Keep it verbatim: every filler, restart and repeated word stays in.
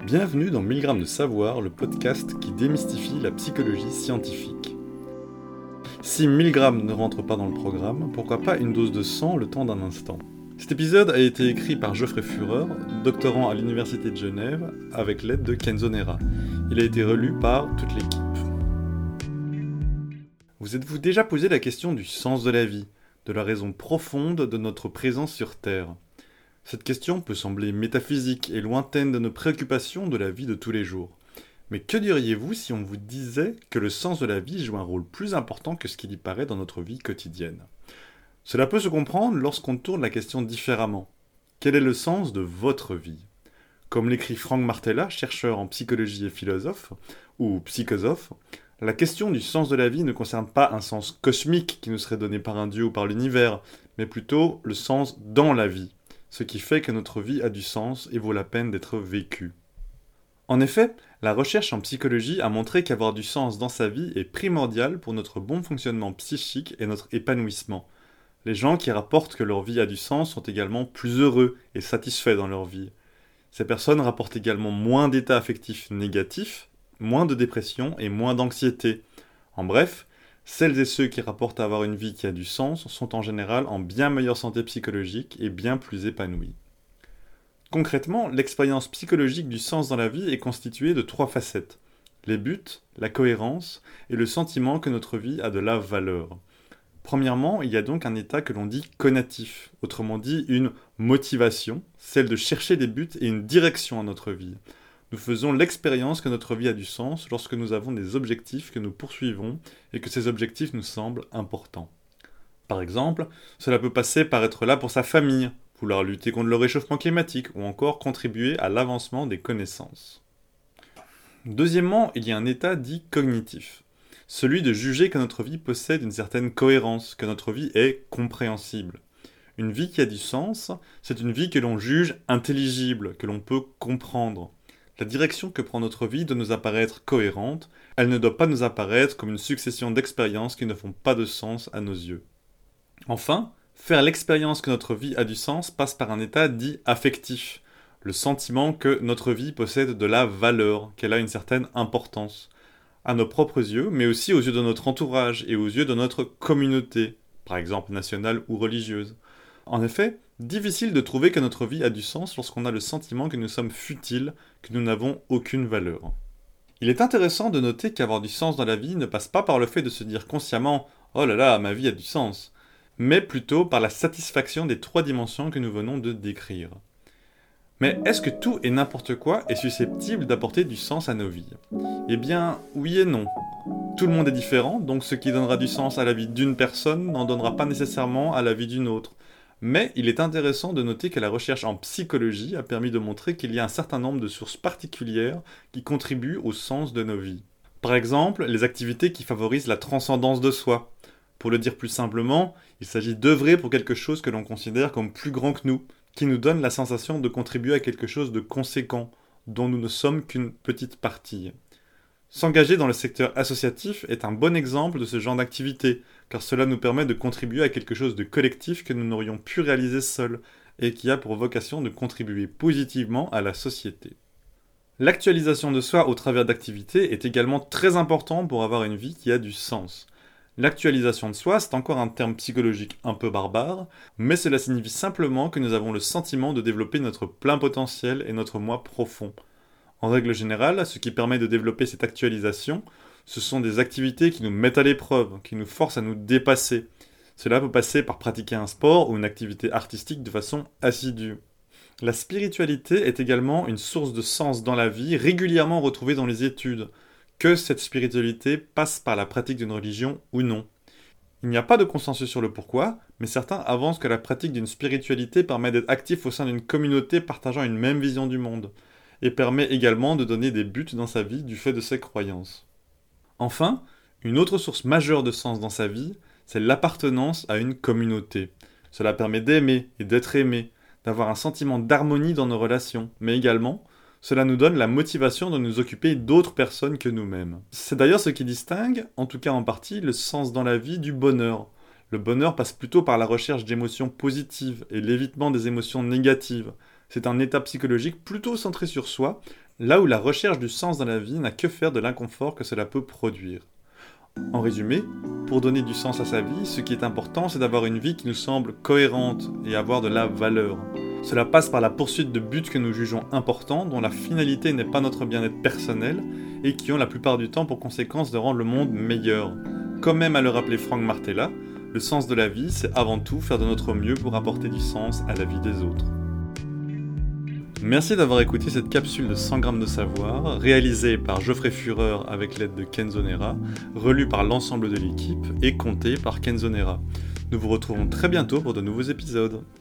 Bienvenue dans mille grammes de savoir, le podcast qui démystifie la psychologie scientifique. Si mille grammes ne rentre pas dans le programme, pourquoi pas une dose de sang le temps d'un instant? Cet épisode a été écrit par Geoffrey Führer, doctorant à l'Université de Genève, avec l'aide de Kenzo Nera. Il a été relu par toute l'équipe. Vous êtes-vous déjà posé la question du sens de la vie, de la raison profonde de notre présence sur Terre? Cette question peut sembler métaphysique et lointaine de nos préoccupations de la vie de tous les jours. Mais que diriez-vous si on vous disait que le sens de la vie joue un rôle plus important que ce qu'il y paraît dans notre vie quotidienne? Cela peut se comprendre lorsqu'on tourne la question différemment. Quel est le sens de votre vie? Comme l'écrit Frank Martella, chercheur en psychologie et philosophe, ou psychosophe, la question du sens de la vie ne concerne pas un sens cosmique qui nous serait donné par un dieu ou par l'univers, mais plutôt le sens dans la vie, ce qui fait que notre vie a du sens et vaut la peine d'être vécue. En effet, la recherche en psychologie a montré qu'avoir du sens dans sa vie est primordial pour notre bon fonctionnement psychique et notre épanouissement. Les gens qui rapportent que leur vie a du sens sont également plus heureux et satisfaits dans leur vie. Ces personnes rapportent également moins d'états affectifs négatifs, moins de dépression et moins d'anxiété. En bref, celles et ceux qui rapportent avoir une vie qui a du sens sont en général en bien meilleure santé psychologique et bien plus épanouis. Concrètement, l'expérience psychologique du sens dans la vie est constituée de trois facettes: les buts, la cohérence et le sentiment que notre vie a de la valeur. Premièrement, il y a donc un état que l'on dit conatif, autrement dit une motivation, celle de chercher des buts et une direction à notre vie. Nous faisons l'expérience que notre vie a du sens lorsque nous avons des objectifs que nous poursuivons et que ces objectifs nous semblent importants. Par exemple, cela peut passer par être là pour sa famille, vouloir lutter contre le réchauffement climatique ou encore contribuer à l'avancement des connaissances. Deuxièmement, il y a un état dit cognitif, celui de juger que notre vie possède une certaine cohérence, que notre vie est compréhensible. Une vie qui a du sens, c'est une vie que l'on juge intelligible, que l'on peut comprendre. La direction que prend notre vie doit nous apparaître cohérente, elle ne doit pas nous apparaître comme une succession d'expériences qui ne font pas de sens à nos yeux. Enfin, faire l'expérience que notre vie a du sens passe par un état dit affectif, le sentiment que notre vie possède de la valeur, qu'elle a une certaine importance, à nos propres yeux, mais aussi aux yeux de notre entourage et aux yeux de notre communauté, par exemple nationale ou religieuse. En effet, difficile de trouver que notre vie a du sens lorsqu'on a le sentiment que nous sommes futiles, que nous n'avons aucune valeur. Il est intéressant de noter qu'avoir du sens dans la vie ne passe pas par le fait de se dire consciemment « Oh là là, ma vie a du sens », mais plutôt par la satisfaction des trois dimensions que nous venons de décrire. Mais est-ce que tout et n'importe quoi est susceptible d'apporter du sens à nos vies? Eh bien, oui et non. Tout le monde est différent, donc ce qui donnera du sens à la vie d'une personne n'en donnera pas nécessairement à la vie d'une autre. Mais il est intéressant de noter que la recherche en psychologie a permis de montrer qu'il y a un certain nombre de sources particulières qui contribuent au sens de nos vies. Par exemple, les activités qui favorisent la transcendance de soi. Pour le dire plus simplement, il s'agit d'œuvrer pour quelque chose que l'on considère comme plus grand que nous, qui nous donne la sensation de contribuer à quelque chose de conséquent, dont nous ne sommes qu'une petite partie. S'engager dans le secteur associatif est un bon exemple de ce genre d'activité, car cela nous permet de contribuer à quelque chose de collectif que nous n'aurions pu réaliser seuls, et qui a pour vocation de contribuer positivement à la société. L'actualisation de soi au travers d'activités est également très important pour avoir une vie qui a du sens. L'actualisation de soi, c'est encore un terme psychologique un peu barbare, mais cela signifie simplement que nous avons le sentiment de développer notre plein potentiel et notre moi profond. En règle générale, ce qui permet de développer cette actualisation, ce sont des activités qui nous mettent à l'épreuve, qui nous forcent à nous dépasser. Cela peut passer par pratiquer un sport ou une activité artistique de façon assidue. La spiritualité est également une source de sens dans la vie, régulièrement retrouvée dans les études, que cette spiritualité passe par la pratique d'une religion ou non. Il n'y a pas de consensus sur le pourquoi, mais certains avancent que la pratique d'une spiritualité permet d'être actif au sein d'une communauté partageant une même vision du monde, et permet également de donner des buts dans sa vie du fait de ses croyances. Enfin, une autre source majeure de sens dans sa vie, c'est l'appartenance à une communauté. Cela permet d'aimer et d'être aimé, d'avoir un sentiment d'harmonie dans nos relations, mais également, cela nous donne la motivation de nous occuper d'autres personnes que nous-mêmes. C'est d'ailleurs ce qui distingue, en tout cas en partie, le sens dans la vie du bonheur. Le bonheur passe plutôt par la recherche d'émotions positives et l'évitement des émotions négatives. C'est un état psychologique plutôt centré sur soi, Là où la recherche du sens dans la vie n'a que faire de l'inconfort que cela peut produire. En résumé, pour donner du sens à sa vie, ce qui est important, c'est d'avoir une vie qui nous semble cohérente et avoir de la valeur. Cela passe par la poursuite de buts que nous jugeons importants, dont la finalité n'est pas notre bien-être personnel, et qui ont la plupart du temps pour conséquence de rendre le monde meilleur. Comme aime à le rappeler Franck Martella, le sens de la vie, c'est avant tout faire de notre mieux pour apporter du sens à la vie des autres. Merci d'avoir écouté cette capsule de cent grammes de savoir, réalisée par Geoffrey Fureur avec l'aide de Kenzo Nera, relue par l'ensemble de l'équipe et contée par Kenzo Nera. Nous vous retrouvons très bientôt pour de nouveaux épisodes.